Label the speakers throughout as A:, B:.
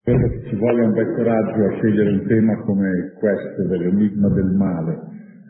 A: Credo che ci voglia un bel coraggio a scegliere un tema come questo, dell'enigma del male.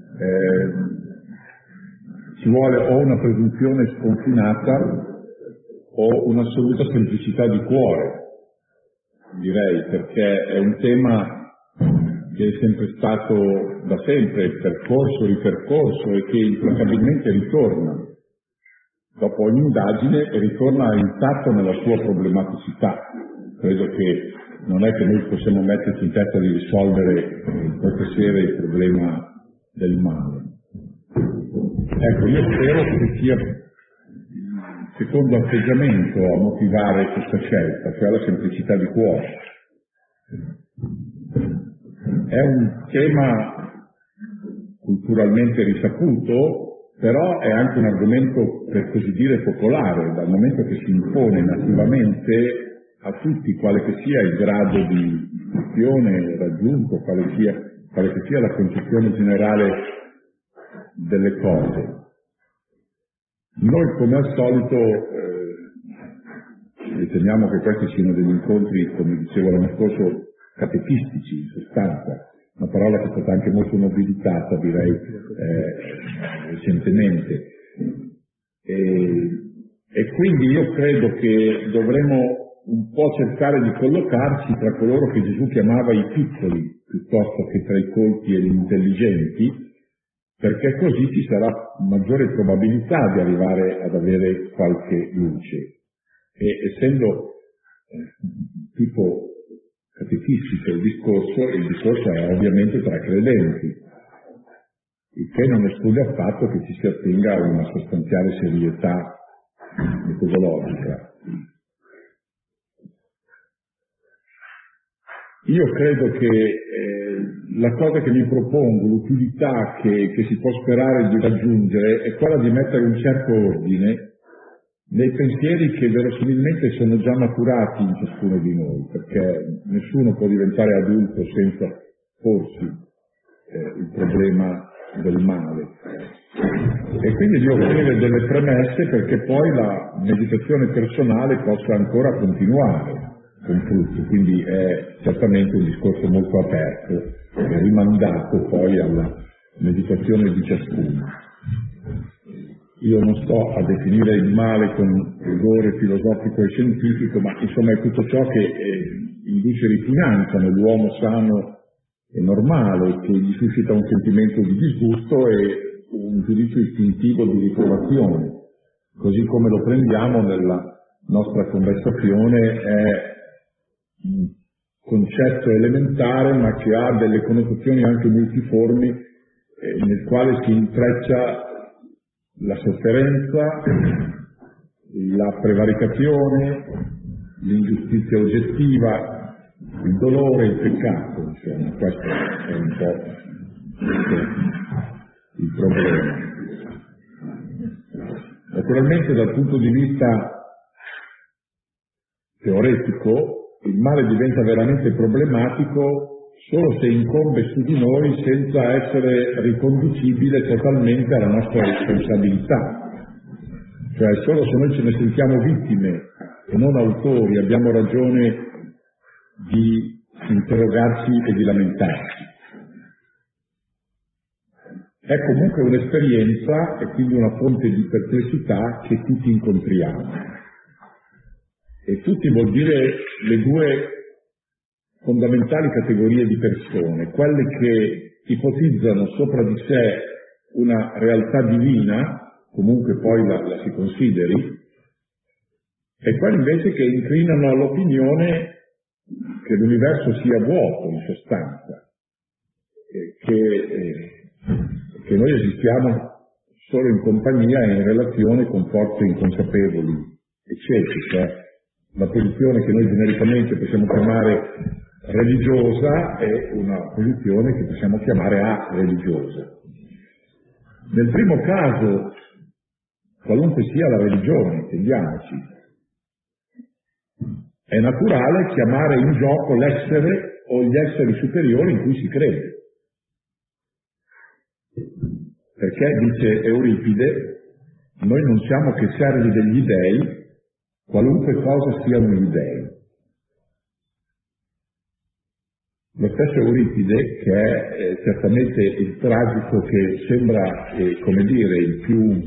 A: Ci vuole o una presunzione sconfinata o un'assoluta semplicità di cuore, direi, perché è un tema che è sempre stato da sempre percorso, ripercorso e che implacabilmente ritorna dopo ogni indagine e ritorna intatto nella sua problematicità. Credo che non è che noi possiamo metterci in testa di risolvere questa sera il problema del male. Ecco, io spero che sia il secondo atteggiamento a motivare questa scelta, cioè la semplicità di cuore. È un tema culturalmente risaputo, però è anche un argomento, per così dire, popolare, dal momento che si impone nativamente a tutti, quale che sia il grado di istruzione raggiunto, quale che sia la concezione generale delle cose. Noi, come al solito, riteniamo che questi siano degli incontri, come dicevo l'anno scorso, catechistici, in sostanza, una parola che è stata anche molto nobilitata, direi, recentemente. E quindi io credo che dovremo un po' cercare di collocarci tra coloro che Gesù chiamava i piccoli, piuttosto che tra i colti e gli intelligenti, perché così ci sarà maggiore probabilità di arrivare ad avere qualche luce. E essendo tipo catechistico il discorso è ovviamente tra credenti, il che non esclude affatto che ci si attenga a una sostanziale serietà metodologica. Io credo che la cosa che mi propongo, l'utilità che si può sperare di raggiungere, è quella di mettere un certo ordine nei pensieri che verosimilmente sono già maturati in ciascuno di noi, perché nessuno può diventare adulto senza porsi il problema del male. E quindi di offrire delle premesse perché poi la meditazione personale possa ancora continuare con frutti, quindi è certamente un discorso molto aperto, rimandato poi alla meditazione di ciascuno. Io non sto a definire il male con rigore filosofico e scientifico, ma insomma è tutto ciò che induce ripugnanza nell'uomo sano e normale, che gli suscita un sentimento di disgusto e un giudizio istintivo di riprovazione. Così come lo prendiamo nella nostra conversazione, è un concetto elementare ma che ha delle connotazioni anche multiformi, nel quale si intreccia la sofferenza, la prevaricazione, l'ingiustizia oggettiva, il dolore e il peccato, insomma, questo è un po' il problema. Naturalmente dal punto di vista teoretico il male diventa veramente problematico solo se incombe su di noi senza essere riconducibile totalmente alla nostra responsabilità. Cioè solo se noi ce ne sentiamo vittime e non autori abbiamo ragione di interrogarci e di lamentarci. È comunque un'esperienza e quindi una fonte di perplessità che tutti incontriamo. E tutti vuol dire le due fondamentali categorie di persone, quelle che ipotizzano sopra di sé una realtà divina, comunque poi la si consideri, e quelle invece che inclinano all'opinione che l'universo sia vuoto in sostanza, che noi esistiamo solo in compagnia e in relazione con forze inconsapevoli e cieche, cioè la posizione che noi genericamente possiamo chiamare religiosa è una posizione che possiamo chiamare a-religiosa. Nel primo caso, qualunque sia la religione, intendiamoci, è naturale chiamare in gioco l'essere o gli esseri superiori in cui si crede. Perché, dice Euripide, noi non siamo che servi degli dèi, qualunque cosa siano gli dèi. Lo stesso Euripide, che è certamente il tragico che sembra, come dire, il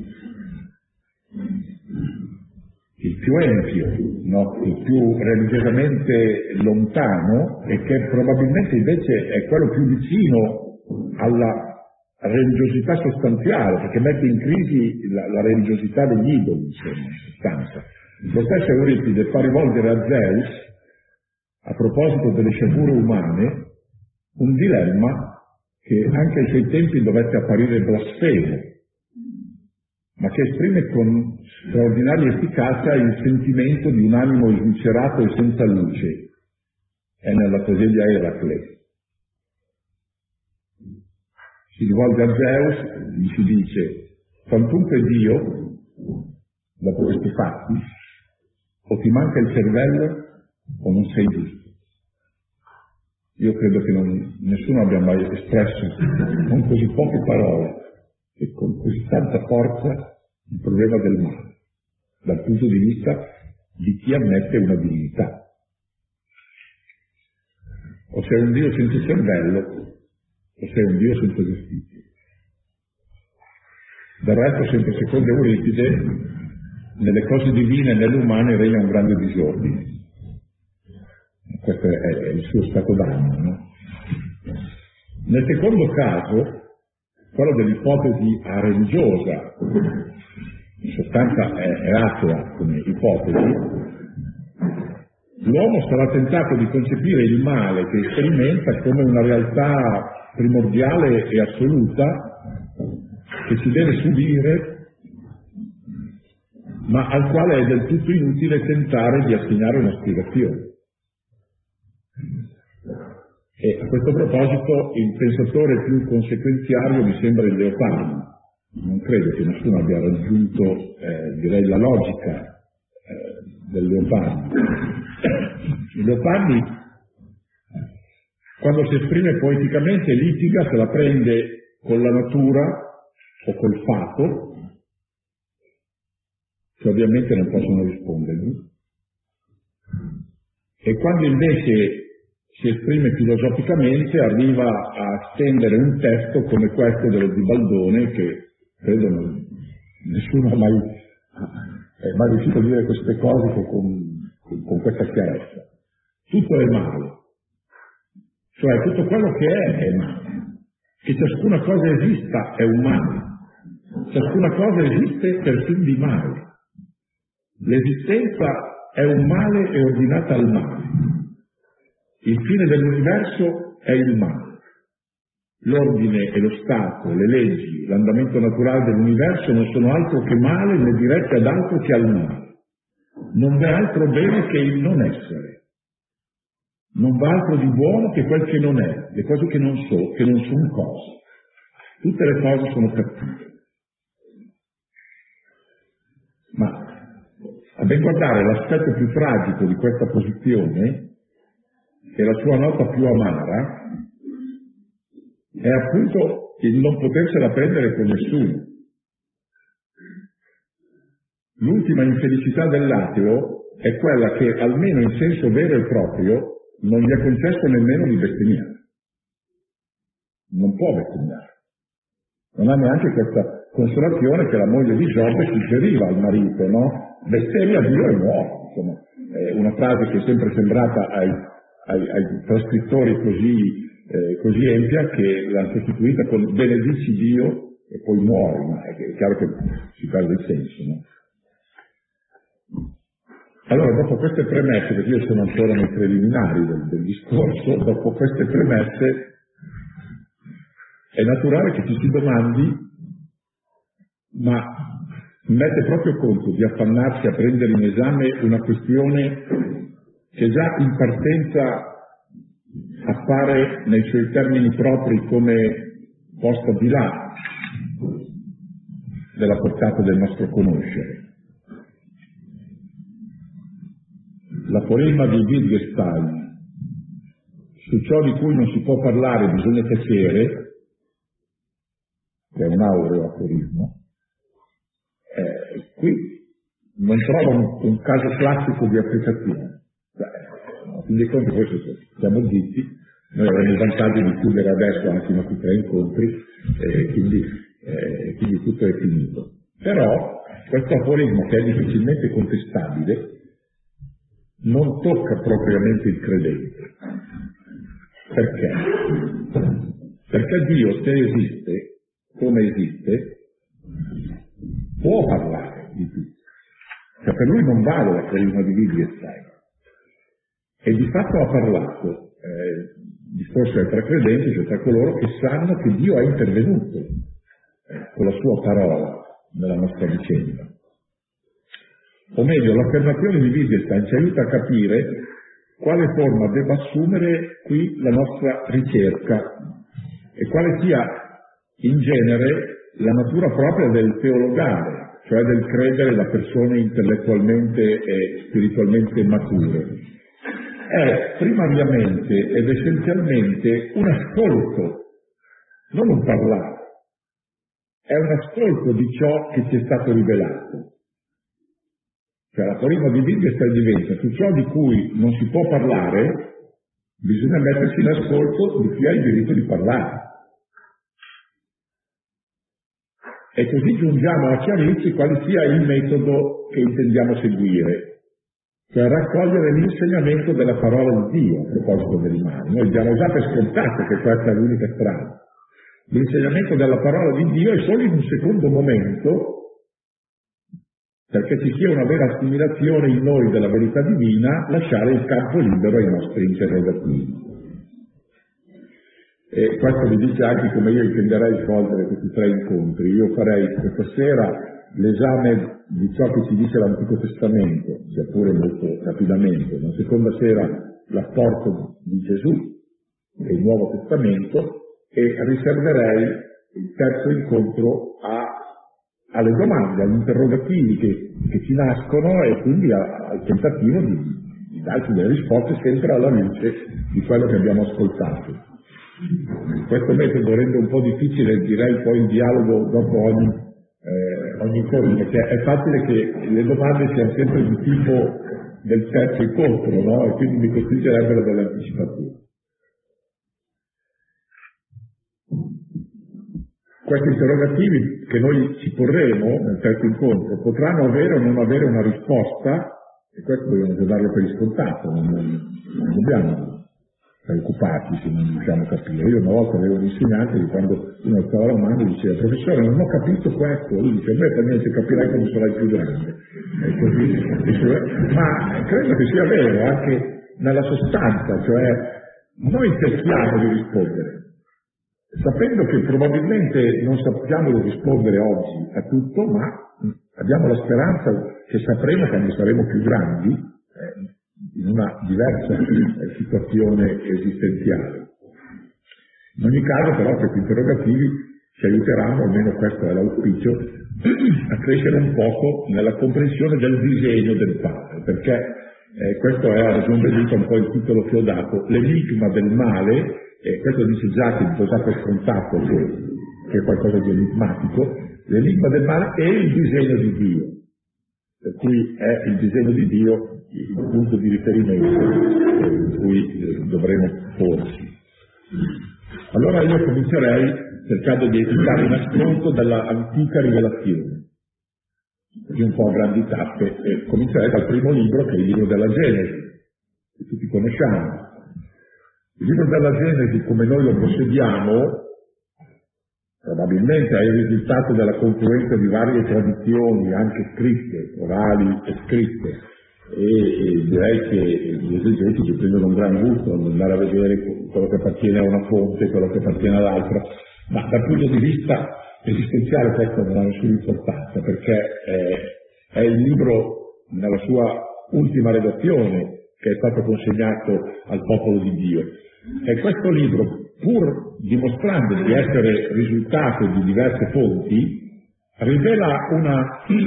A: più empio, no? Il più religiosamente lontano, e che probabilmente invece è quello più vicino alla religiosità sostanziale, perché mette in crisi la religiosità degli idoli, insomma, in sostanza. Lo stesso Euripide fa rivolgere a Zeus, a proposito delle sciagure umane, un dilemma che anche ai suoi tempi dovette apparire blasfemo, ma che esprime con straordinaria efficacia il sentimento di un animo sviscerato e senza luce. È nella tragedia Eracle. Si rivolge a Zeus, gli si dice: quantunque Dio, dopo questi fatti, o ti manca il cervello o non sei giusto. Io credo che nessuno abbia mai espresso con così poche parole e con così tanta forza il problema del male, dal punto di vista di chi ammette una divinità. O sei un Dio senza cervello, o sei un Dio senza giustizia. Del resto, sempre secondo Euripide, nelle cose divine e nelle umane regna un grande disordine. Questo è il suo stato d'animo, no? Nel secondo caso, quello dell'ipotesi religiosa, in sostanza è atea come ipotesi, l'uomo sarà tentato di concepire il male che sperimenta come una realtà primordiale e assoluta che si deve subire, ma al quale è del tutto inutile tentare di assegnare una spiegazione. E a questo proposito il pensatore più conseguenziario mi sembra il Leopardi. Non credo che nessuno abbia raggiunto, direi, la logica del Leopardi. Il Leopardi, quando si esprime poeticamente, litiga, se la prende con la natura o col fato, che ovviamente non possono rispondergli, e quando invece si esprime filosoficamente arriva a stendere un testo come questo dello Zibaldone, che credo nessuno è mai riuscito a dire queste cose con questa chiarezza. Tutto è male, cioè tutto quello che è male, che ciascuna cosa esista è un male, ciascuna cosa esiste per fin di male, l'esistenza è un male e ordinata al male. Il fine dell'universo è il male. L'ordine e lo stato, le leggi, l'andamento naturale dell'universo non sono altro che male né diretti ad altro che al male. Non v'è altro bene che il non essere. Non va altro di buono che quel che non è, le cose che non sono cose. Tutte le cose sono cattive. Ma a ben guardare, l'aspetto più tragico di questa posizione, e la sua nota più amara, è appunto il non potersela prendere con nessuno. L'ultima infelicità dell'ateo è quella che, almeno in senso vero e proprio, non gli è concesso nemmeno di bestemmiare. Non può bestemmiare. Non ha neanche questa consolazione che la moglie di Giobbe suggeriva al marito, no? Bestemmia Dio e muore. Insomma, è una frase che è sempre sembrata ai trascrittori così empia, che l'hanno sostituita con benedici Dio e poi muori, ma è chiaro che si perde il senso, no? Allora, dopo queste premesse, perché io sono ancora nei preliminari del discorso, dopo queste premesse è naturale che ci si domandi: ma mette proprio conto di affannarsi a prendere in esame una questione che già in partenza appare nei suoi termini propri come posta di là della portata del nostro conoscere? L'aforisma di Wittgenstein: su ciò di cui non si può parlare bisogna tacere, che è un aureo aforismo, qui non trova un caso classico di applicazione. A fin dei conti, poi siamo zitti, Noi avremo il vantaggio di chiudere adesso anche i nostri 3 incontri, quindi tutto è finito. Però questo aforisma, che è difficilmente contestabile, non tocca propriamente il credente. Perché? Perché Dio, se esiste, come esiste, può parlare di tutto. Cioè per lui non vale l'aforisma di Wittgenstein. E di fatto ha parlato, discorso tra credenti, cioè tra coloro che sanno che Dio è intervenuto con la sua parola nella nostra vicenda. O meglio, l'affermazione di Wittgenstein ci aiuta a capire quale forma debba assumere qui la nostra ricerca e quale sia in genere la natura propria del teologare, cioè del credere da persone intellettualmente e spiritualmente mature. È primariamente ed essenzialmente un ascolto, non un parlare. È un ascolto di ciò che ci è stato rivelato. Cioè l'aforisma di Wittgenstein diventa: su ciò di cui non si può parlare, bisogna mettersi in ascolto di chi ha il diritto di parlare. E così giungiamo a chiarirci quale sia il metodo che intendiamo seguire, cioè raccogliere l'insegnamento della parola di Dio a proposito delle mani. Noi abbiamo già per scontato che questa è l'unica strada. L'insegnamento della parola di Dio è solo in un secondo momento, perché ci sia una vera assimilazione in noi della verità divina, lasciare il campo libero ai nostri interrogativi. E questo vi dice anche come io intenderei svolgere questi 3 incontri. Io farei questa sera l'esame di ciò che ci dice l'Antico Testamento, sia pure molto rapidamente, la seconda sera l'apporto di Gesù e il Nuovo Testamento, e riserverei il terzo incontro alle domande, agli interrogativi che ci nascono e quindi al tentativo di darci delle risposte sempre alla luce di quello che abbiamo ascoltato. Questo metodo rende un po' difficile, direi, poi il dialogo dopo ogni incontro, perché è facile che le domande siano sempre di tipo del terzo incontro, no? E quindi mi costringerebbero dell'anticipazione. Questi interrogativi che noi ci porremo nel terzo incontro potranno avere o non avere una risposta, e questo dobbiamo già darlo per scontato, non dobbiamo preoccuparci se non riusciamo a capire. Io una volta avevo un insegnante che quando uno alzava la mano diceva: professore, non ho capito questo. Lui dice: beh, per niente, capirai quando sarai più grande. E così. Ma credo che sia vero anche nella sostanza, cioè noi cerchiamo di rispondere, sapendo che probabilmente non sappiamo rispondere oggi a tutto, ma abbiamo la speranza che sapremo quando saremo più grandi, in una diversa situazione esistenziale. In ogni caso però questi interrogativi ci aiuteranno, almeno questo è l'auspicio, a crescere un poco nella comprensione del disegno del Padre, perché questo è a ragion veduta un po' il titolo che ho dato, l'enigma del male. E questo dice Giacomo, ho già per scontato che è qualcosa di enigmatico, l'enigma del male e il disegno di Dio, per cui è il disegno di Dio il punto di riferimento in cui dovremo porci. Allora io comincerei cercando di entrare in ascolto dalla antica rivelazione, di un po' a grandi tappe, e comincerei dal primo libro, che è il libro della Genesi, che tutti conosciamo. Il libro della Genesi, come noi lo possediamo, probabilmente è il risultato della confluenza di varie tradizioni, anche scritte, orali e scritte, e direi che gli esegeti ci prendono un gran gusto ad andare a vedere quello che appartiene a una fonte, quello che appartiene all'altra, ma dal punto di vista esistenziale questo non ha nessuna importanza, perché è il libro nella sua ultima redazione che è stato consegnato al popolo di Dio. E questo libro, pur dimostrando di essere risultato di diverse fonti, rivela una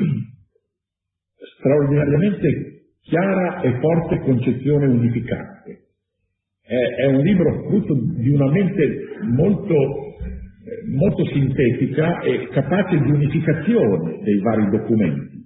A: straordinariamente chiara e forte concezione unificante. È un libro frutto di una mente molto sintetica e capace di unificazione dei vari documenti.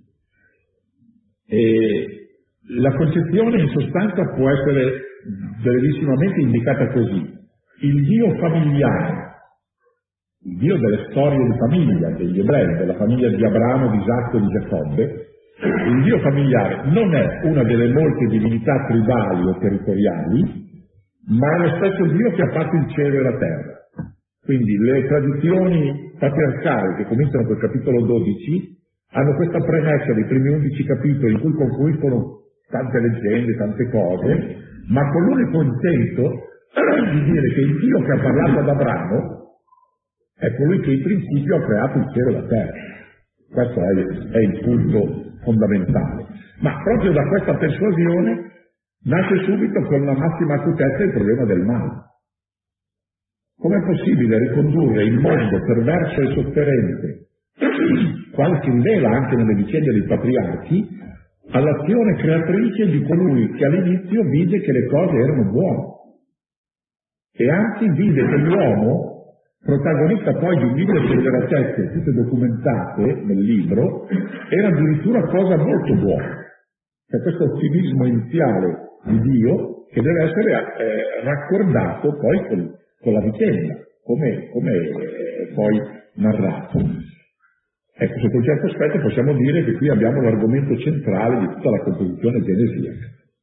A: E la concezione in sostanza può essere brevissimamente indicata così: il Dio familiare, il Dio delle storie di famiglia degli ebrei, della famiglia di Abramo, di Isacco e di Giacobbe, il Dio familiare non è una delle molte divinità tribali o territoriali, ma è lo stesso Dio che ha fatto il cielo e la terra. Quindi le tradizioni patriarcali che cominciano col capitolo 12 hanno questa premessa dei primi 11 capitoli in cui confluiscono tante leggende, tante cose, ma con l'unico intento di dire che il Dio che ha parlato ad Abramo è colui che in principio ha creato il cielo e la terra. Questo è il punto fondamentale. Ma proprio da questa persuasione nasce subito con la massima acutezza il problema del male. Com'è possibile ricondurre il mondo perverso e sofferente, quale si rivela anche nelle vicende dei patriarchi, all'azione creatrice di colui che all'inizio vide che le cose erano buone e anzi vide che l'uomo, protagonista poi di un libro di rivelazioni tutte documentate nel libro, era addirittura cosa molto buona. C'è questo ottimismo iniziale di Dio che deve essere raccordato poi con la vicenda, come è poi narrato. Ecco, sotto un certo aspetto possiamo dire che qui abbiamo l'argomento centrale di tutta la composizione genesiaca.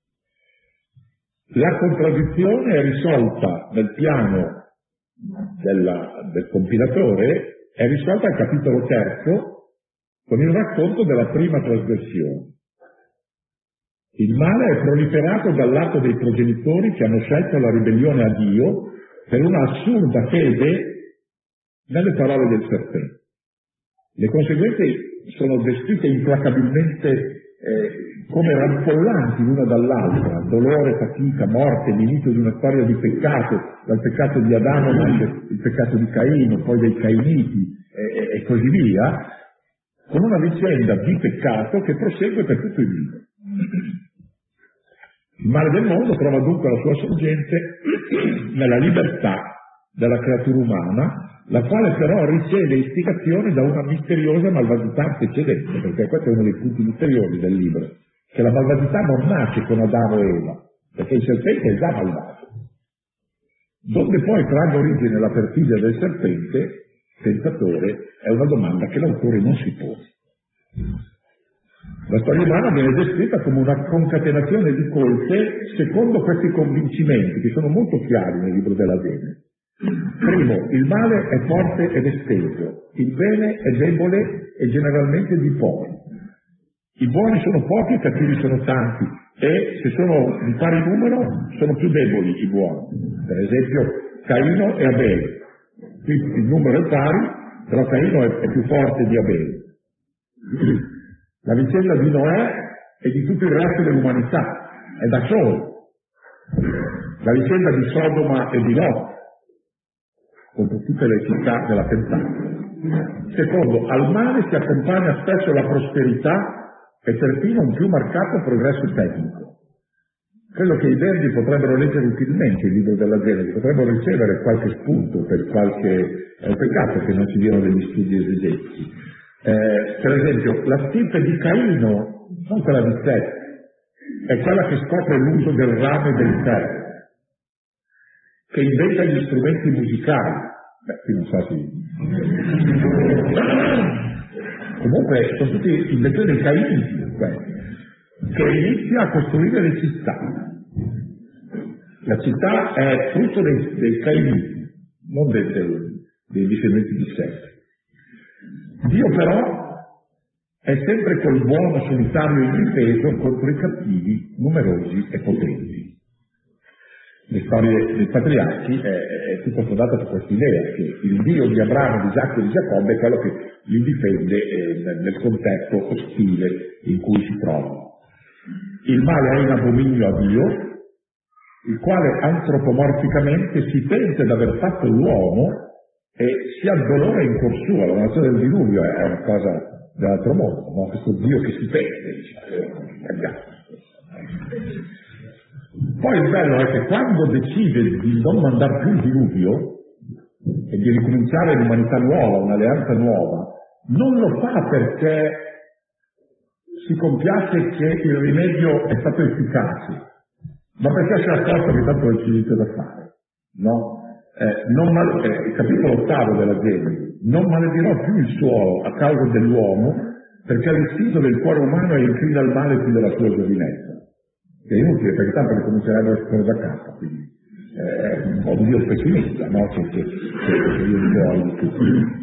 A: La contraddizione è risolta nel piano del compilatore, è risolta al capitolo 3 con il racconto della prima trasgressione. Il male è proliferato dal lato dei progenitori che hanno scelto la ribellione a Dio per una assurda fede nelle parole del serpente. Le conseguenze sono descritte implacabilmente come rampollanti l'una dall'altra: dolore, fatica, morte, l'inizio di una storia di peccato, dal peccato di Adamo nasce il peccato di Caino, poi dei Cainiti e così via, con una vicenda di peccato che prosegue per tutto il libro. Il male del mondo trova dunque la sua sorgente nella libertà della creatura umana, la quale però riceve istigazione da una misteriosa malvagità antecedente, perché questo è uno dei punti misteriosi del libro, che la malvagità non nasce con Adamo e Eva, perché il serpente è già malvagio. Dove poi traga origine la perfidia del serpente, tentatore, è una domanda che l'autore non si pone. La storia umana viene descritta come una concatenazione di colpe secondo questi convincimenti, che sono molto chiari nel libro della Genesi. Primo, il male è forte ed esteso, il bene è debole e generalmente di pochi. I buoni sono pochi, i cattivi sono tanti, e se sono di pari numero sono più deboli i buoni. Per esempio Caino e Abele. Qui il numero è pari, però Caino è più forte di Abele. La vicenda di Noè e di tutto il resto dell'umanità è da solo. La vicenda di Sodoma e di Lot, contro tutte le città della tentata. Secondo, al male si accompagna spesso la prosperità e perfino un più marcato progresso tecnico. Credo che i verdi potrebbero leggere utilmente il libro della Genesi, potrebbero ricevere qualche spunto per qualche... È un peccato che non ci diano degli studi esegetici. Per esempio, la stirpe di Caino, non quella di Set, è quella che scopre l'uso del rame del tè, che inventa gli strumenti musicali. Qui non so se... Comunque sono tutti invenzioni dei Cainiti, che inizia a costruire le città. La città è frutto dei Cainiti, non dei discendenti di Set. Dio però è sempre col buono solitario e indifeso contro i cattivi, numerosi e potenti. Le storie dei patriarchi è tutto fondato su questa idea, che il Dio di Abramo, di Isacco e di Giacobbe è quello che li difende nel contesto ostile in cui si trovano. Il male è in abominio a Dio, il quale antropomorficamente si pente d'aver fatto l'uomo e si addolora in cuor suo. La nazione del diluvio è una cosa dell'altro mondo, no? Questo Dio che si pente, Poi il bello è che quando decide di non mandare più il diluvio e di ricominciare l'umanità nuova, un'alleanza nuova, non lo fa perché si compiace che il rimedio è stato efficace, ma perché si è accorto che tanto non c'è niente da fare, no? il capitolo 8 della Genesi, non maledirò più il suolo a causa dell'uomo, perché l'istinto del cuore umano è incline al male più della sua giovinezza. Che è inutile, perché tanto ricomincerebbe a scuola da capo, quindi è un po' di Dio pessimista, no? Che io voglio.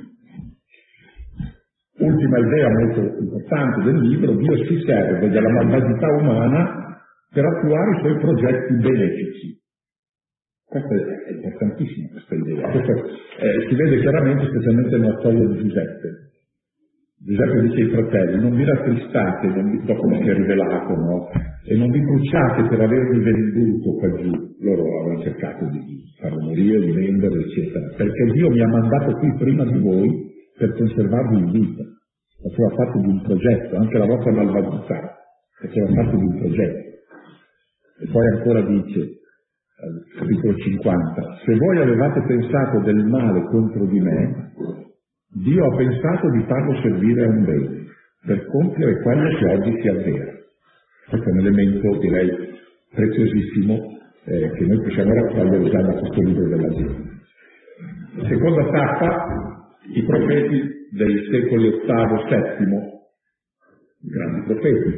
A: Ultima idea molto importante del libro: Dio si serve della malvagità umana per attuare i suoi progetti benefici. Questa è importantissima, questa idea. Si vede chiaramente specialmente nella storia di Giuseppe. Giuseppe dice ai fratelli: non vi rattristate dopo che si è rivelato, no? E non vi bruciate per avermi venduto qua giù. Loro avevano cercato di farlo morire, di venderlo, eccetera, perché Dio mi ha mandato qui prima di voi per conservarvi in vita. Faceva parte di un progetto, anche la vostra malvagità faceva parte di un progetto. E poi ancora dice, al capitolo 50, se voi avevate pensato del male contro di me, Dio ha pensato di farlo servire a un bene, per compiere quello che oggi si avvera. Questo è un elemento, direi, preziosissimo, che noi possiamo raccogliere già da questo libro della Genesi. Seconda tappa, i profeti dei secoli VIII, VII, grandi profeti.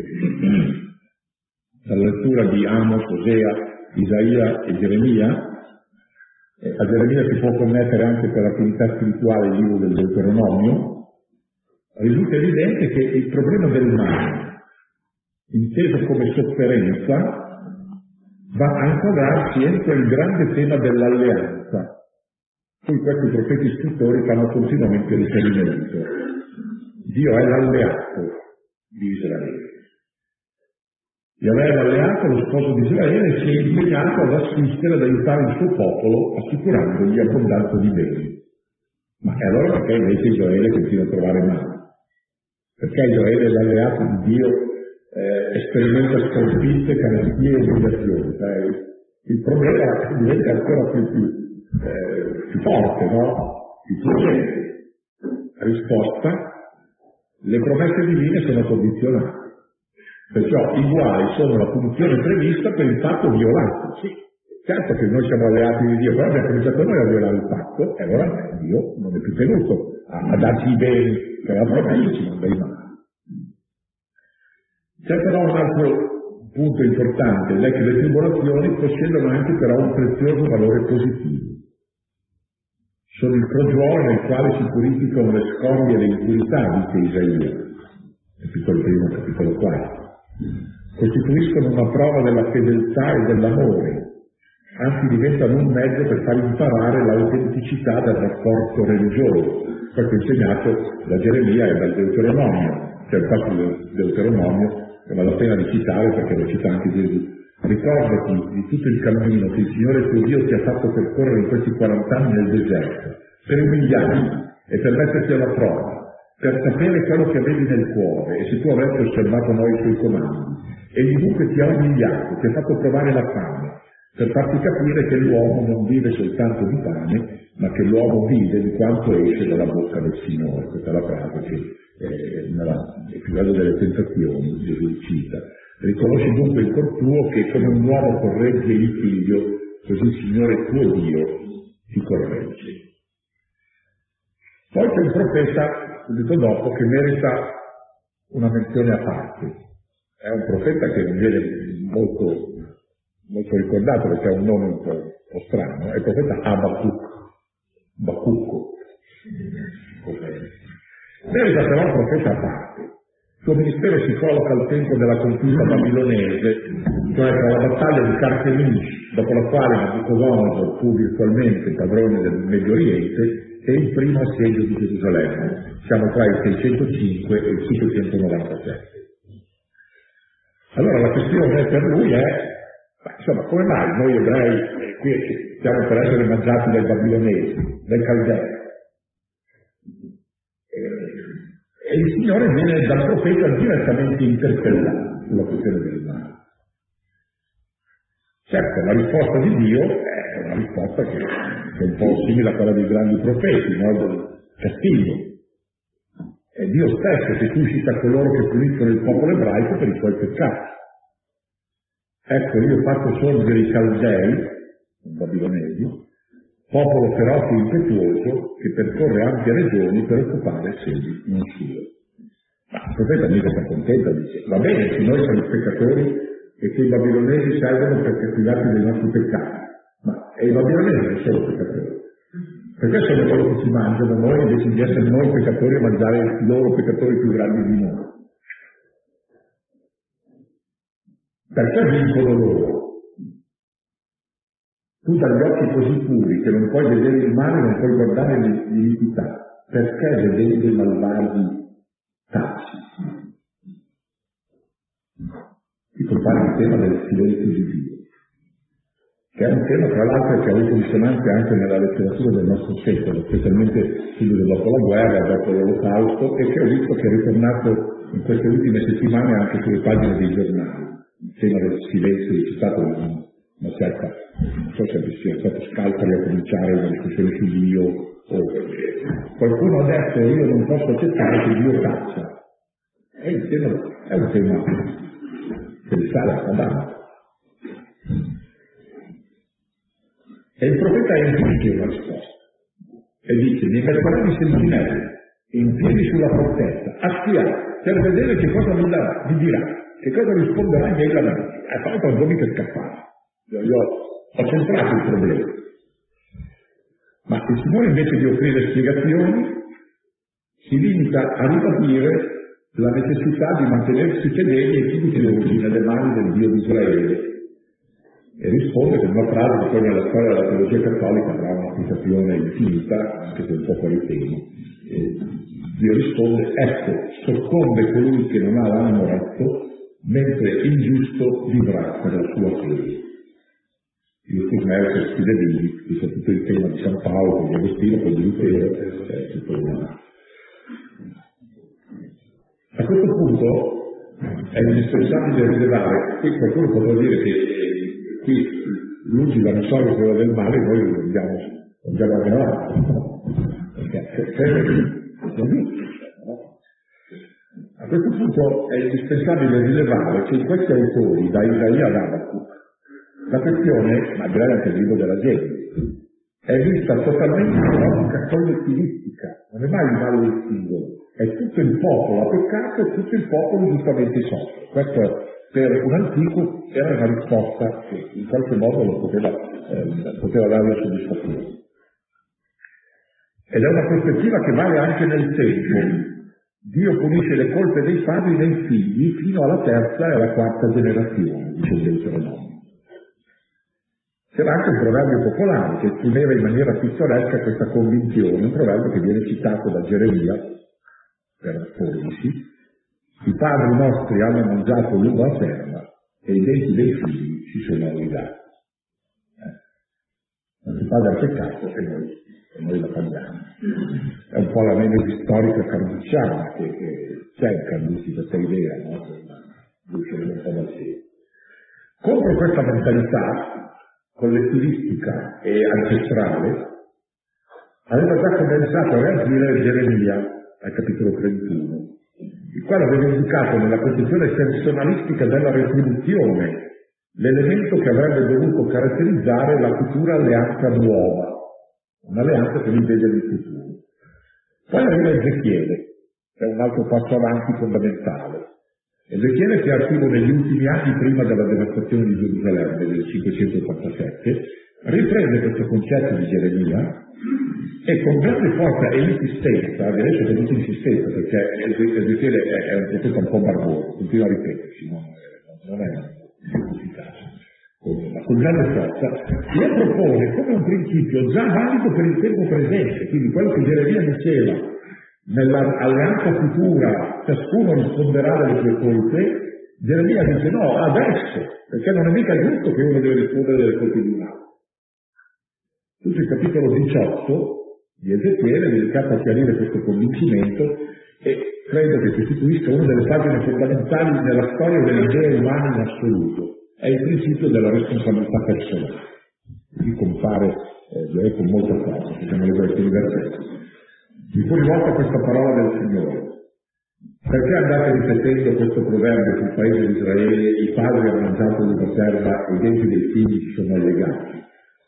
A: Dalla lettura di Amos, Osea, Isaia e Geremia, a Geremia si può connettere anche per l'attività spirituale il libro del Deuteronomio, risulta evidente che il problema del male, inteso come sofferenza, va a inquadrarsi entro il grande tema dell'alleanza, cui questi profeti scrittori fanno continuamente riferimento. Dio è l'alleato di Israele. Yahweh è l'alleato, lo sposo di Israele, si è impegnato ad assistere, ad aiutare il suo popolo, assicurandogli abbondanza di beni. Ma è allora perché invece Israele continua a trovare male? Perché Israele è l'alleato di Dio, sperimenta sconfitte, carestie e umiliazioni. Il problema diventa ancora più forte, no? Più potente. Risposta: le promesse divine sono condizionate. Perciò i guai sono la punizione prevista per il patto violato. Sì, certo che noi siamo alleati di Dio, però abbiamo cominciato noi a violare il patto, e allora Dio non è più tenuto a darci i beni che aveva promesso, ci manda i mali. C'è però un altro punto importante, è che le tribolazioni possiedono anche però un prezioso valore positivo. Sono il crogiuolo nel quale si purificano le scorie e le impurità, dice Isaia, capitolo 1, capitolo 4. Costituiscono una prova della fedeltà e dell'amore, anzi diventano un mezzo per far imparare l'autenticità del rapporto religioso. Questo è insegnato da Geremia e dal Deuteronomio. C'è il fatto del Deuteronomio che vale la pena di citare perché lo cita anche Gesù. Ricordati di tutto il cammino che il Signore tuo Dio ti ha fatto percorrere in questi 40 anni nel deserto, per umiliarti e per metterti alla prova, per sapere quello che avevi nel cuore, e se tu avessi osservato noi i suoi comandi. Egli dunque ti ha umiliato, ti ha fatto provare la fame, per farti capire che l'uomo non vive soltanto di pane, ma che l'uomo vive di quanto esce dalla bocca del Signore. Questa è la frase che nell'episodio delle tentazioni Gesù cita. Riconosci dunque in cor tuo che come un uomo corregge il figlio, così il Signore tuo Dio ti corregge. Poi c'è un profeta, subito dopo, che merita una menzione a parte. È un profeta che non viene molto ricordato perché ha un nome un po' strano, è il profeta Abacucco. Merita però un profeta a parte. Il suo ministero si colloca al tempo della conquista babilonese, cioè tra la battaglia di Carchemish, dopo la quale Nabucodonosor fu virtualmente padrone del Medio Oriente, e il primo assedio di Gerusalemme. Siamo tra il 605 e il 597. Allora la questione per lui è, insomma, come mai noi ebrei qui stiamo per essere mangiati dai babilonesi, dai Caldei? E il Signore viene dal profeta direttamente interpellato sulla questione del male. Certo, la risposta di Dio è una risposta che è un po' simile a quella dei grandi profeti, no? Del castigo. È Dio stesso che suscita coloro che puniscono il popolo ebraico per i suoi peccati. Ecco, io ho fatto sorgere i Caldei, i babilonesi, popolo feroce e impetuoso che percorre ampie regioni per occupare sedi non sue. Ma il profeta mica sta contento, dice, va bene che noi siamo peccatori e che i babilonesi servono per cattivarci dei nostri peccati, ma i babilonesi non sono peccatori. Perché sono quello che ci mangiano noi invece di essere noi peccatori a mangiare i loro peccatori più grandi di noi? Perché vincono loro? Tu dagli occhi così puri che non puoi vedere il male, non puoi guardare l'iniquità, perché vedendo i malvagi taci? Qui compare il tema del silenzio di Dio, che è un tema tra l'altro che ha avuto risonanza anche nella letteratura del nostro secolo, specialmente subito dopo la guerra, dopo l'Olocausto, e che ho visto che è ritornato in queste ultime settimane anche sulle pagine dei giornali. Il tema del silenzio, c'è stata una certa, non so se sia stato Scalfari a cominciare una discussione su Dio, o qualcuno ha detto io non posso accettare che Dio taccia. È un tema che risale a Adamo. E il profeta elige una risposta e dice: mi metterò di sentinelle in piedi sulla fortezza a spiare per vedere che cosa mi dirà, che cosa risponderà ai miei lamenti. E poi non devo mica scappare. Io ho centrato il problema. Ma il Signore, invece di offrire spiegazioni, si limita a ribadire la necessità di mantenersi fedeli e fiduciosi nelle mani del Dio di Israele. E risponde con una frase che poi nella storia della teologia cattolica avrà un'applicazione infinita, anche se un po' fuori tema. Dio risponde: ecco, soccombe colui che non ha l'animo retto, mentre il giusto vivrà per la sua fede. Il Turmeo sfide vivi, dice tutto il tema di San Paolo, di Agostino, poi di Lutero, tutto il... A questo punto è indispensabile rilevare, qui qualcuno potrà dire che qui lungi da non solo quello del male, noi lo andiamo avanti, a questo punto è indispensabile rilevare che in questi autori, da Isaia ad Abacuc, la questione, ma direi anche il libro della Genesi, è vista totalmente in un'ottica collettivistica, non è mai il male del singolo, è tutto il popolo ha peccato e tutto il popolo giustamente soffre. Questo per un antico era una risposta che in qualche modo lo poteva dare la soddisfazione. Ed è una prospettiva che vale anche nel tempo. Dio punisce le colpe dei padri nei figli fino alla terza e alla quarta generazione, dice Deuteronomio. C'era anche un proverbio popolare che esprimeva in maniera pittoresca questa convinzione, un proverbio che viene citato da Geremia per porsi: i padri nostri hanno mangiato l'uva acerba e i denti dei figli si sono allungati. Non si paga il peccato e noi la paghiamo. È un po' la nemesi storica carducciana che c'è in Carducci questa idea, no? Un po' da sé. Contro questa mentalità collettivistica e ancestrale aveva già cominciato a reagire Geremia al capitolo 31, il quale aveva indicato nella concezione personalistica della retribuzione l'elemento che avrebbe dovuto caratterizzare la futura alleanza nuova, un'alleanza che lui vede nel futuro. Poi arriva Ezechiele, che è un altro passo avanti fondamentale. Ezechiele, che è attivo negli ultimi anni prima della devastazione di Gerusalemme del 587, riprende questo concetto di Geremia e con grande forza e insistenza, direi che con insistenza, perché Ezechiele è un profeta un po' barboso, continua a ripetersi, non è efficace, ma con grande forza, lo propone come un principio già valido per il tempo presente, quindi quello che Geremia diceva, nell'alleanza futura ciascuno risponderà delle sue colpe, Geremia dice no, adesso, perché non è mica giusto che uno deve rispondere delle colpe di un altro. Tutto il capitolo 18 di Ezechiele è dedicato a chiarire questo convincimento e credo che costituisca una delle pagine fondamentali nella storia delle idee umane in assoluto. È il principio della responsabilità personale. Qui compare direi con molta forza, possiamo leggere alcuni versetti. Mi fu rivolta questa parola del Signore: perché andate ripetendo questo proverbio sul paese di Israele: i padri hanno mangiato l'uva acerba e i denti dei figli si sono allegati?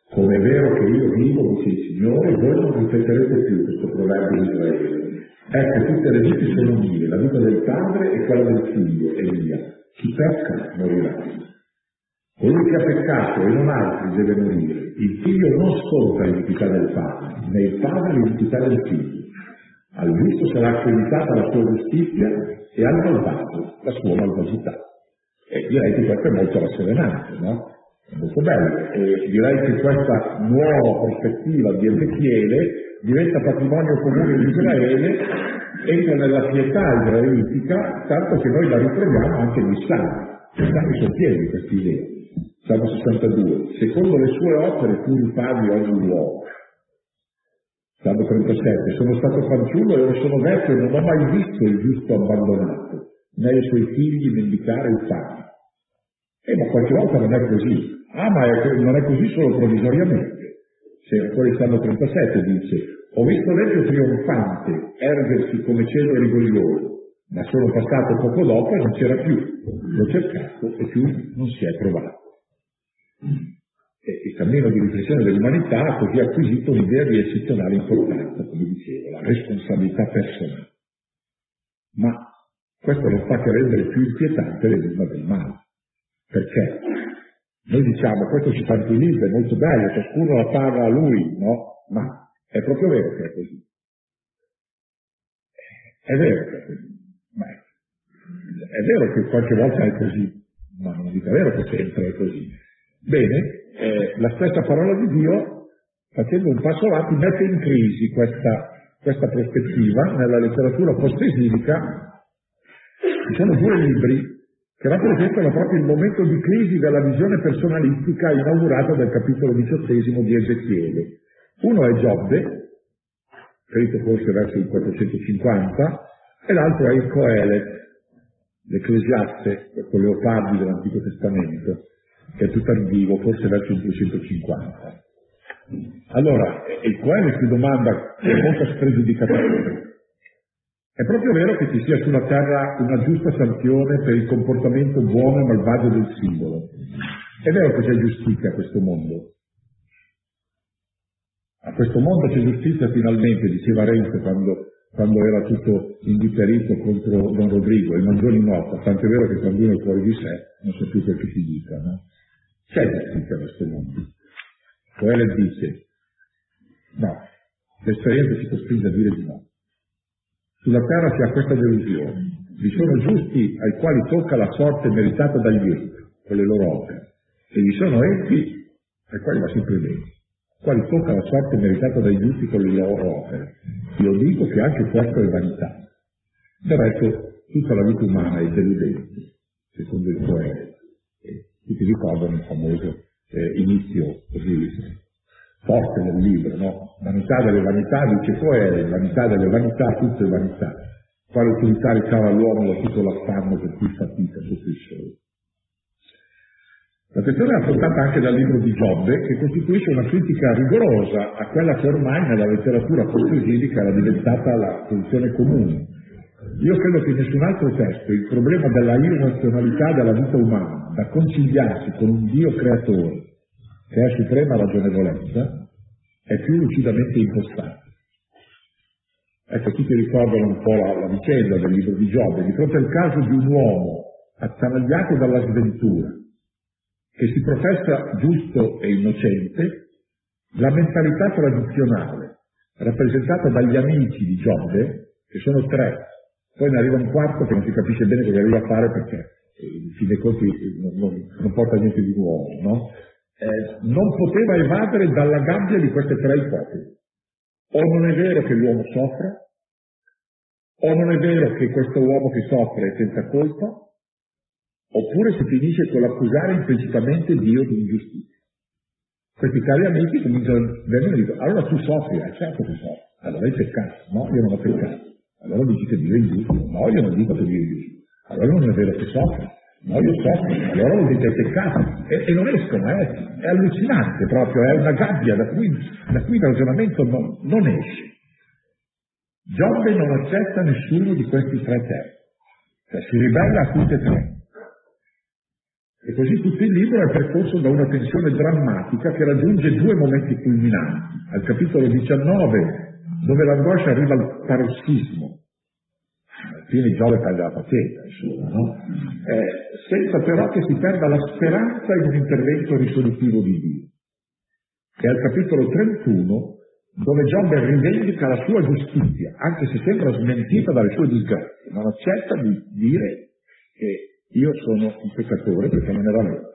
A: Come è vero che io vivo, dice il Signore, voi non ripeterete più questo proverbio di Israele. Ecco, tutte le vite sono mie, la vita del padre e quella del figlio è mia. Chi pecca morirà. Colui che ha peccato e non altri deve morire. Il figlio non sconta l'iniquità del padre, né il padre l'iniquità del figlio. Al giusto sarà accreditata la sua giustizia e al malvagio la sua malvagità. E direi che questo è molto rasserenante, no? È molto bello. E direi che questa nuova prospettiva di Ezechiele diventa patrimonio comune di Israele, entra nella pietà israelitica, tanto che noi la ritroviamo anche nei Salmi. I Salmi sono pieni di questa idea. Salmo 62. Secondo le sue opere tu ripaghi ogni uomo. Salmo 37. Sono stato fanciullo e ora sono vecchio e non ho mai visto il giusto abbandonato, né i suoi figli mendicare il pane. Ma qualche volta non è così. Non è così solo provvisoriamente. Se ancora il Salmo 37 dice: ho visto l'empio trionfante ergersi come cielo rigoglioso, ma sono passato poco dopo e non c'era più. L'ho cercato e più non si è trovato. E il cammino di riflessione dell'umanità ha così acquisito un'idea di eccezionale importanza, come dicevo, la responsabilità personale. Ma questo non fa che rendere più inquietante l'enigma del male. Perché? Noi diciamo, questo ci tranquillizza, è molto bello, ciascuno la paga a lui, no? Ma è proprio vero che è così. È vero che è così. Ma è vero che qualche volta è così, ma non dico è vero che sempre è così. Bene, la stessa parola di Dio, facendo un passo avanti, mette in crisi questa prospettiva. Nella letteratura post-esilica ci sono due libri che rappresentano proprio il momento di crisi della visione personalistica inaugurata dal capitolo 18 di Ezechiele. Uno è Giobbe, scritto forse verso il 450, e l'altro è il Coelet, l'Ecclesiaste, con Leopardi dell'Antico Testamento, che è più tardivo, forse verso il 250. Allora, il Coelet si domanda con molta spregiudicatore: è proprio vero che ci sia sulla terra una giusta sanzione per il comportamento buono e malvagio del singolo? È vero che c'è giustizia a questo mondo? A questo mondo c'è giustizia finalmente, diceva Renzo quando era tutto indifferito contro Don Rodrigo, il Mangioni nota, tanto è vero che quando uno è fuori di sé non sa più quel che si dica, no? C'è giustizia a questo mondo. Coelet dice: no, l'esperienza ci costringe a dire di no. Sulla terra si ha questa delusione: vi sono giusti ai quali tocca la sorte meritata dagli altri, con le loro opere, e vi sono essi ai quali va sempre bene, quali tocca la sorte meritata dai giusti con le loro opere. Io dico che anche questo è vanità. Del resto, tutta la vita umana è deludente, secondo il Coelet. Tutti ricordano il famoso inizio così forte del libro, no? Vanità delle vanità, dice Coelet, vanità delle vanità, tutto è vanità. Quale utilità ricava l'uomo da tutto l'affanno per cui fatica sotto il sole? La questione è affrontata anche dal libro di Giobbe, che costituisce una critica rigorosa a quella che ormai nella letteratura post-esilica era diventata la posizione comune. Io credo che in nessun altro testo il problema della irrazionalità della vita umana, da conciliarsi con un Dio creatore, che è suprema ragionevolezza, è più lucidamente impostato. Ecco, tutti ricordano un po' la vicenda del libro di Giobbe, di fronte al caso di un uomo attanagliato dalla sventura, che si professa giusto e innocente. La mentalità tradizionale, rappresentata dagli amici di Giobbe, che sono tre, poi ne arriva un quarto che non si capisce bene cosa arriva a fare perché in fin dei conti non porta niente di nuovo, no? Non poteva evadere dalla gabbia di queste tre ipotesi. O non è vero che l'uomo soffra, o non è vero che questo uomo che soffre è senza colpa, oppure si finisce con l'accusare implicitamente Dio di ingiustizia. Questi cari amici cominciano a venire e dicono: allora tu soffri, certo che soffri, allora hai peccato, no, io non ho peccato, allora dici che Dio è ingiusto, no, io non dico che Dio è ingiusto, allora non è vero che soffri, no, io soffro, allora vuol dire che hai peccato, e non escono, è allucinante proprio, è una gabbia da cui il ragionamento non esce. Giobbe non accetta nessuno di questi tre termini, cioè si ribella a tutti e tre. E così tutto il libro è percorso da una tensione drammatica che raggiunge due momenti culminanti. Al capitolo 19, dove l'angoscia arriva al parossismo, alla fine Giove taglia la pateta, insomma, no? Senza però che si perda la speranza in un intervento risolutivo di Dio. E al capitolo 31, dove Giobbe rivendica la sua giustizia, anche se sembra smentita dalle sue disgrazie, non accetta di dire che io sono un peccatore perché non era vero.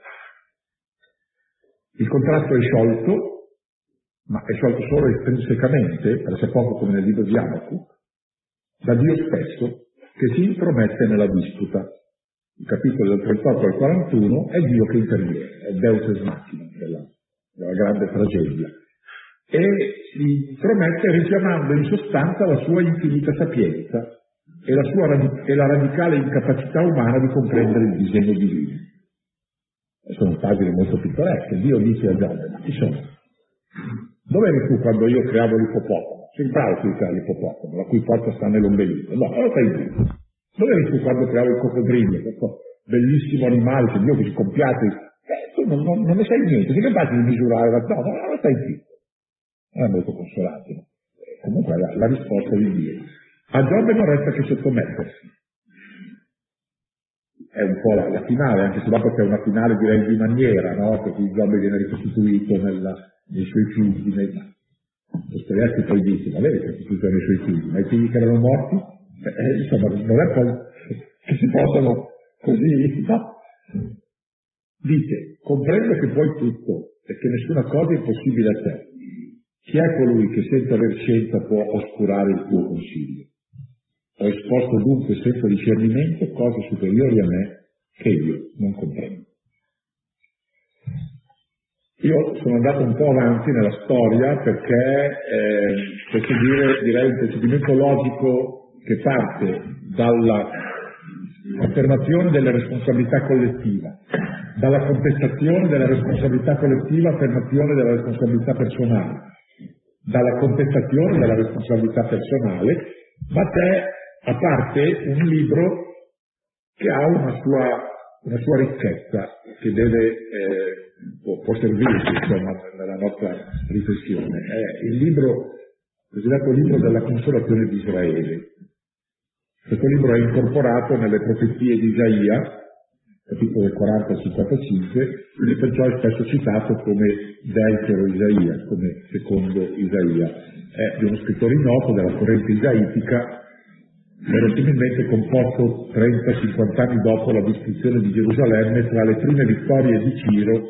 A: Il contrasto è sciolto, ma è sciolto solo estrinsecamente, pressa poco come nel libro di Abacuc, da Dio stesso che si intromette nella disputa. Il capitolo del 38 al 41 è Dio che interviene, è Deus ex machina della grande tragedia, e si intromette richiamando in sostanza la sua infinita sapienza e la radicale incapacità umana di comprendere il disegno divino. Sono pagine molto pittoresche. Dio dice a Giobbe: ma chi sono? Dove eri tu quando io creavo l'ippopotamo? Sei bravo tu creare l'ippopotamo, la cui porta sta nell'ombelico. No, allora fai tu. Dove eri tu quando creavo il coccodrillo, questo bellissimo animale che Dio che si compiace? Tu non ne sai niente, sei capace di misurare la... No, allora stai zitto. Non è molto consolante. Comunque la risposta di Dio. A Giobbe non resta che sottomettersi. È un po' la finale, anche se dopo c'è una finale direi di maniera, no? Per cui Giobbe viene ricostituito nei suoi figli. Dostoevskij poi dice: ma lei è ricostituito nei suoi figli, ma i figli che erano morti? Insomma, non è poi che si possano così, no? Dice: comprendo che puoi tutto e che nessuna cosa è impossibile a te. Chi è colui che senza aver scienza può oscurare il tuo consiglio? Ho esposto dunque senza discernimento cose superiori a me che io non comprendo. Io sono andato un po' avanti nella storia perché, per seguire direi un procedimento logico che parte dall'affermazione della responsabilità collettiva, dalla contestazione della responsabilità collettiva, affermazione della responsabilità personale, dalla contestazione della responsabilità personale, ma c'è a parte un libro che ha una sua ricchezza che può servirci, insomma, nella nostra riflessione. È il cosiddetto libro della consolazione di Israele. Questo libro è incorporato nelle profezie di Isaia, capitolo 40 al 55, e perciò è spesso citato come Delchero Isaia, come secondo Isaia. È di uno scrittore innoto della corrente isaitica, verosimilmente composto 30-50 anni dopo la distruzione di Gerusalemme tra le prime vittorie di Ciro,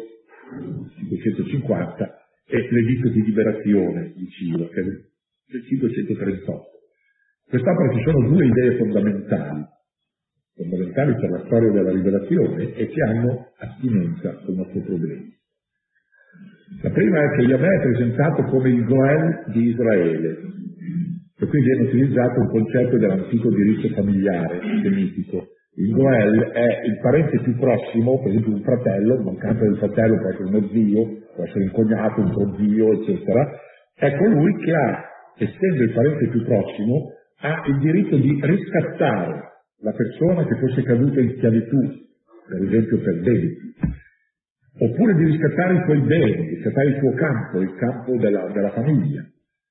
A: 550, e l'editto di liberazione di Ciro, che è del 538. Quest'opera ci sono due idee fondamentali per la storia della rivelazione e che hanno attinenza col nostro problema. La prima è che Yahweh è presentato come il Goel di Israele, e qui viene utilizzato un concetto dell'antico diritto familiare semitico. Il Goel è il parente più prossimo, per esempio un fratello, in mancanza del fratello può essere uno zio, può essere un cognato, un prozio, eccetera. È colui che ha, essendo il parente più prossimo, ha il diritto di riscattare la persona che fosse caduta in schiavitù, per esempio per debiti, oppure di riscattare i suoi beni, riscattare il suo campo, il campo della famiglia.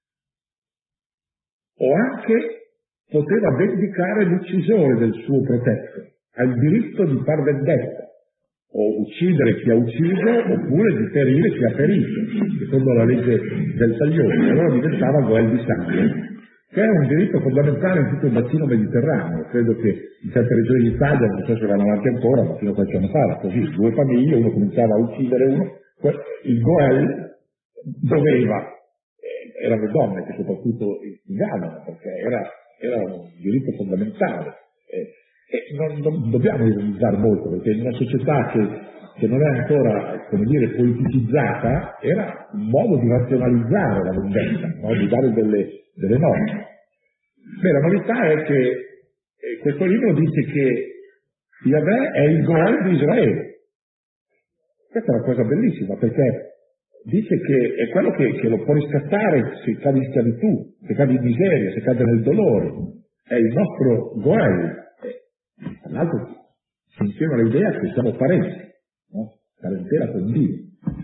A: O anche poteva vendicare l'uccisore del suo protetto, ha il diritto di far vendetta, o uccidere chi ha ucciso, oppure di ferire chi ha ferito, secondo la legge del taglione. Allora diventava Goel di sangue, che è un diritto fondamentale in tutto il bacino mediterraneo. Credo che in certe regioni d'Italia, non so se vanno avanti ancora, ma fino a qualche anno fa era così: due famiglie, uno cominciava a uccidere uno, il Goel doveva, erano donne che soprattutto istigavano, perché era un diritto fondamentale. E non dobbiamo ironizzare molto, perché in una società che non è ancora, come dire, politicizzata, era un modo di razionalizzare la vendetta, no? Di dare delle norme. Beh, la novità è che questo libro dice che Yahweh è il Goel di Israele. Questa è una cosa bellissima, perché dice che è quello che lo può riscattare se cade in schiavitù, se cade in miseria, se cade nel dolore. È il nostro Goel. Tra l'altro si insieme all'idea che siamo parenti. no? Parentela con Dio.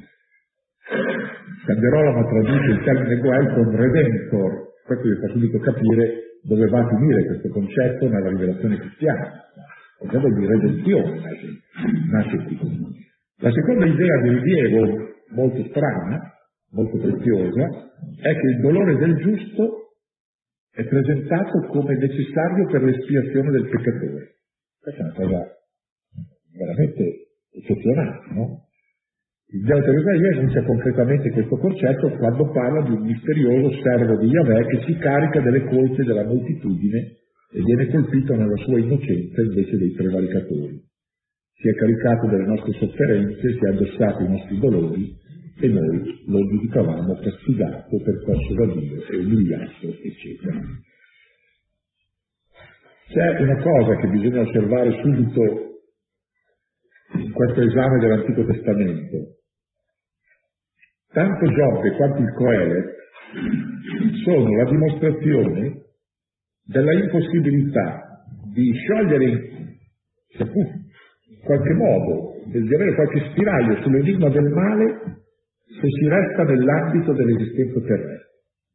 A: Canderola traduce il termine Goel con Redentor, questo vi fa subito capire dove va a finire questo concetto nella rivelazione cristiana. Il concetto di redenzione nasce qui. La seconda idea di rilievo, molto strana, molto preziosa, è che il dolore del giusto è presentato come necessario per l'espiazione del peccatore. Questa è una cosa veramente eccezionale, no? Il Deuteronomio enuncia concretamente questo concetto quando parla di un misterioso servo di Yahweh che si carica delle colpe della moltitudine e viene colpito nella sua innocenza invece dei prevaricatori. Si è caricato delle nostre sofferenze, si è addossato i nostri dolori e noi lo giudicavamo castigato, percosso da Dio e umiliato, eccetera. C'è una cosa che bisogna osservare subito in questo esame dell'Antico Testamento. Tanto Giobbe quanto il Coelet sono la dimostrazione della impossibilità di sciogliere, seppur in qualche modo, di avere qualche spiraglio sull'enigma del male se si resta nell'ambito dell'esistenza terrestre.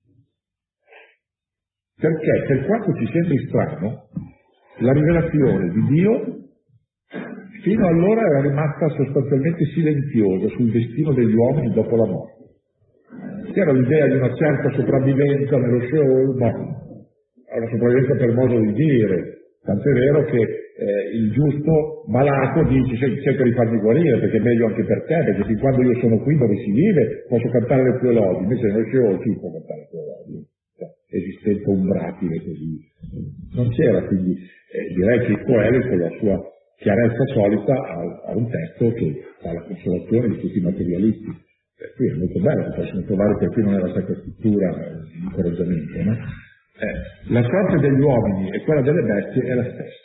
A: Perché, per quanto ci sembri strano, la rivelazione di Dio fino allora era rimasta sostanzialmente silenziosa sul destino degli uomini dopo la morte. C'era l'idea di una certa sopravvivenza nello Sheol, ma una sopravvivenza per modo di dire. Tant'è vero che il giusto malato dice cerca di farmi guarire perché è meglio anche per te, perché fin quando io sono qui dove si vive posso cantare le tue lodi, invece nello Sheol chi può cantare le tue lodi? Esistenza umbratile così. Non c'era, quindi direi che il Coelet con la sua chiarezza solita ha un testo che fa la consolazione di tutti i materialisti. Qui è molto bello, si possono trovare perfino nella Sacra Scrittura incoraggiamento, no? La sorte degli uomini e quella delle bestie è la stessa.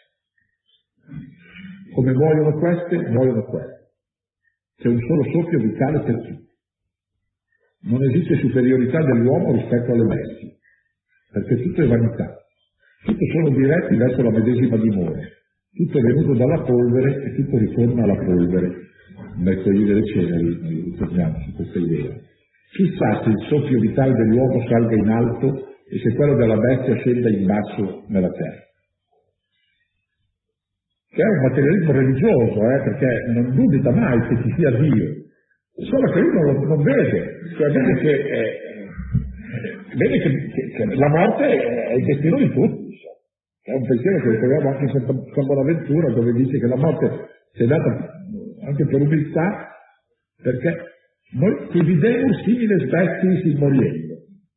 A: Come muoiono queste, muoiono quelle. C'è un solo soffio vitale per tutti. Non esiste superiorità dell'uomo rispetto alle bestie, perché tutto è vanità. Tutti sono diretti verso la medesima dimora. Tutto è venuto dalla polvere e tutto ritorna alla polvere. Mercoledì delle ceneri, noi ritorniamo su questa idea. Chissà se il soffio vitale dell'uomo salga in alto e se quello della bestia scenda in basso nella terra. Che è un materialismo religioso, perché non dubita mai che ci sia Dio, solo che lui non vede, cioè vede che la morte è il destino di tutti. È un pensiero che troviamo anche in San Bonaventura, dove dice che la morte si è data anche per umiltà, perché noi che videmus similes bestis in moriendo.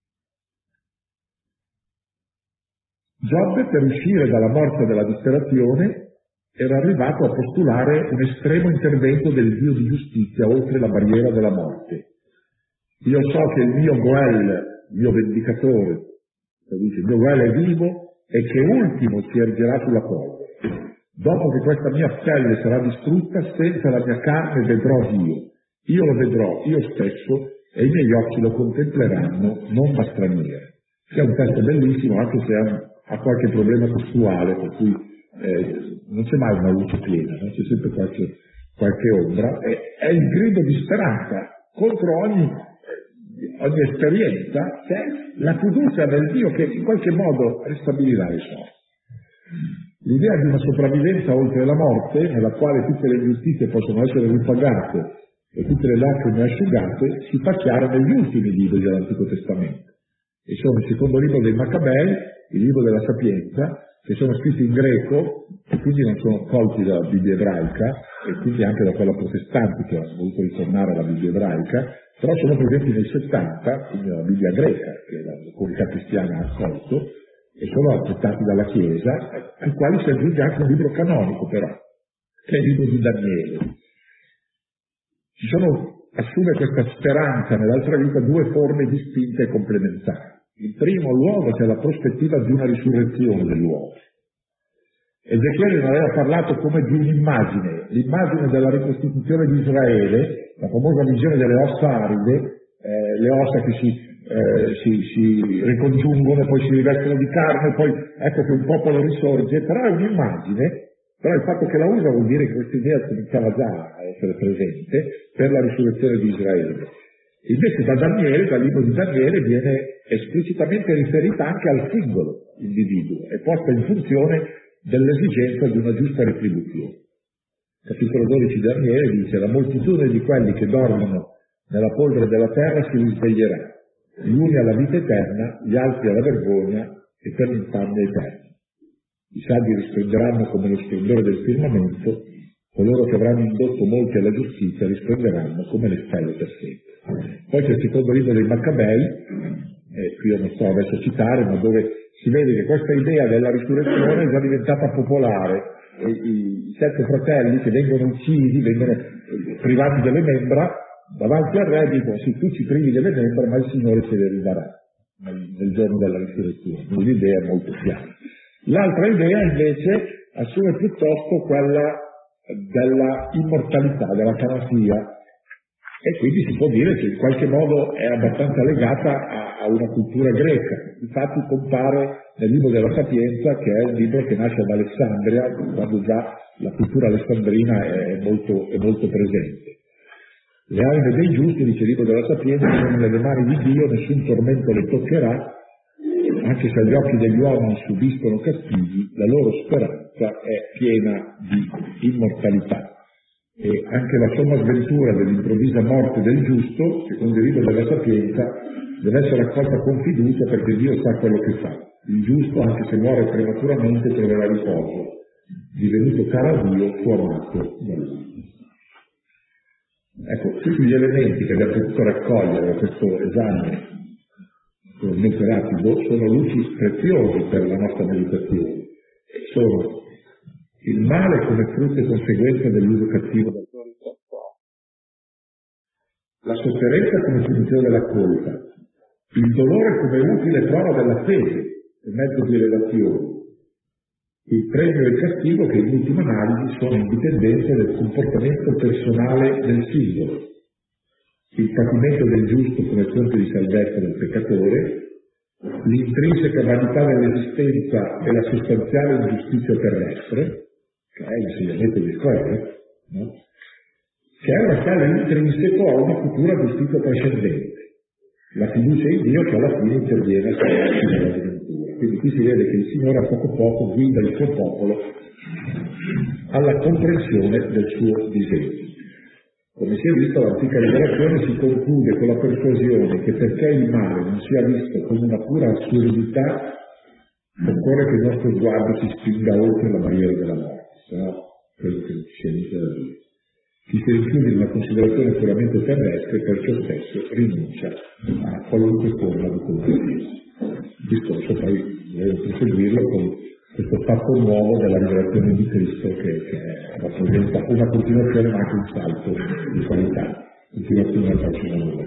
A: Giobbe, per uscire dalla morte della disperazione, era arrivato a postulare un estremo intervento del Dio di giustizia oltre la barriera della morte. Io so che il mio Goel, il mio vendicatore, il mio Goel è vivo e che ultimo si ergerà sulla polvere. Dopo che questa mia pelle sarà distrutta, senza la mia carne vedrò Dio. Io lo vedrò io stesso e i miei occhi lo contempleranno, non da straniero. Che è un testo bellissimo, anche se ha qualche problema testuale, per cui non c'è mai una luce piena, no? C'è sempre qualche ombra. È il grido di speranza contro ogni esperienza, che è la fiducia nel Dio che in qualche modo ristabilirà le sorti. L'idea di una sopravvivenza oltre la morte, nella quale tutte le ingiustizie possono essere ripagate e tutte le lacrime asciugate, si fa chiara negli ultimi libri dell'Antico Testamento. E sono il secondo libro dei Maccabei, il libro della Sapienza, che sono scritti in greco e quindi non sono colti dalla Bibbia ebraica e quindi anche da quella protestante che ha voluto ritornare alla Bibbia ebraica, però sono presenti nel 70, quindi nella Bibbia greca, che la comunità cristiana ha accolto, e sono accettati dalla Chiesa, ai quali si aggiunge anche un libro canonico però, che è il libro di Daniele. Assume questa speranza nell'altra vita due forme distinte e complementari. In primo luogo c'è la prospettiva di una risurrezione dell'uomo. Ezechiele ne aveva parlato come di un'immagine, l'immagine della ricostituzione di Israele, la famosa visione delle ossa aride, le ossa che si ricongiungono, poi si rivestono di carne, poi ecco che un popolo risorge, però è un'immagine Però il fatto che la usa vuol dire che questa idea cominciava già a essere presente per la risurrezione di Israele. Invece dal libro di Daniele, viene esplicitamente riferita anche al singolo individuo e posta in funzione dell'esigenza di una giusta retribuzione. Capitolo 12 di Daniele dice: la moltitudine di quelli che dormono nella polvere della terra si risveglierà, gli uni alla vita eterna, gli altri alla vergogna e per l'infamia eterna. I saggi risplenderanno come lo splendore del firmamento, coloro che avranno indotto molti alla giustizia risplenderanno come le stelle per sempre. Poi c'è il secondo libro dei Maccabei, qui io non sto adesso a citare, ma dove si vede che questa idea della risurrezione è già diventata popolare. E i 7 fratelli che vengono uccisi, vengono privati delle membra, davanti al re dicono: sì, tu ci privi delle membra, ma il Signore ce le ridarà nel giorno della risurrezione. Quindi l'idea è molto chiara. L'altra idea invece assume piuttosto quella della immortalità, della tanasia, e quindi si può dire che in qualche modo è abbastanza legata a una cultura greca. Infatti compare nel libro della Sapienza, che è un libro che nasce ad Alessandria, quando già la cultura alessandrina è molto presente. Le anime dei giusti, dice il libro della Sapienza, sono nelle mani di Dio, nessun tormento le toccherà, anche se gli occhi degli uomini subiscono castighi, la loro speranza è piena di immortalità. E anche la somma sventura dell'improvvisa morte del giusto, secondo il libro della Sapienza, deve essere accolta con fiducia, perché Dio sa quello che fa. Il giusto, anche se muore prematuramente, troverà riposo. Divenuto caro a Dio, fu amato da Lui. Ecco, tutti gli elementi che abbiamo potuto raccogliere da questo esame naturalmente rapido sono luci preziosi per la nostra meditazione. Sono il male come frutto e conseguenza dell'uso cattivo del corpo, la sofferenza come punizione della colpa, il dolore come utile prova della fede e mezzo di elevazione, il premio e il castigo che in ultima analisi sono in dipendenza del comportamento personale del singolo, il patimento del giusto come fonte di salvezza del peccatore, l'intrinseca vanità dell'esistenza e la sostanziale ingiustizia terrestre, che è l'insegnamento di scuole, no? Che è una scala intrinseco a una futura giustizia trascendente, la fiducia in Dio che alla fine interviene a salvarci dalla sventura. Quindi qui si vede che il Signore a poco guida il suo popolo alla comprensione del suo disegno. Come si è visto, l'antica rivelazione si conclude con la persuasione che perché il male non sia visto come una pura assurdità, occorre che il nostro sguardo si spinga oltre la barriera della morte, se no quello che ci è visto da Dio. Chi si rinchiude in una considerazione puramente terrestre, per ciò stesso rinuncia a qualunque forma di compromesso. Il discorso poi volevo proseguirlo con questo fatto nuovo della rivelazione di Cristo che rappresenta una continuazione ma anche un salto di qualità. Continuazione al prossimo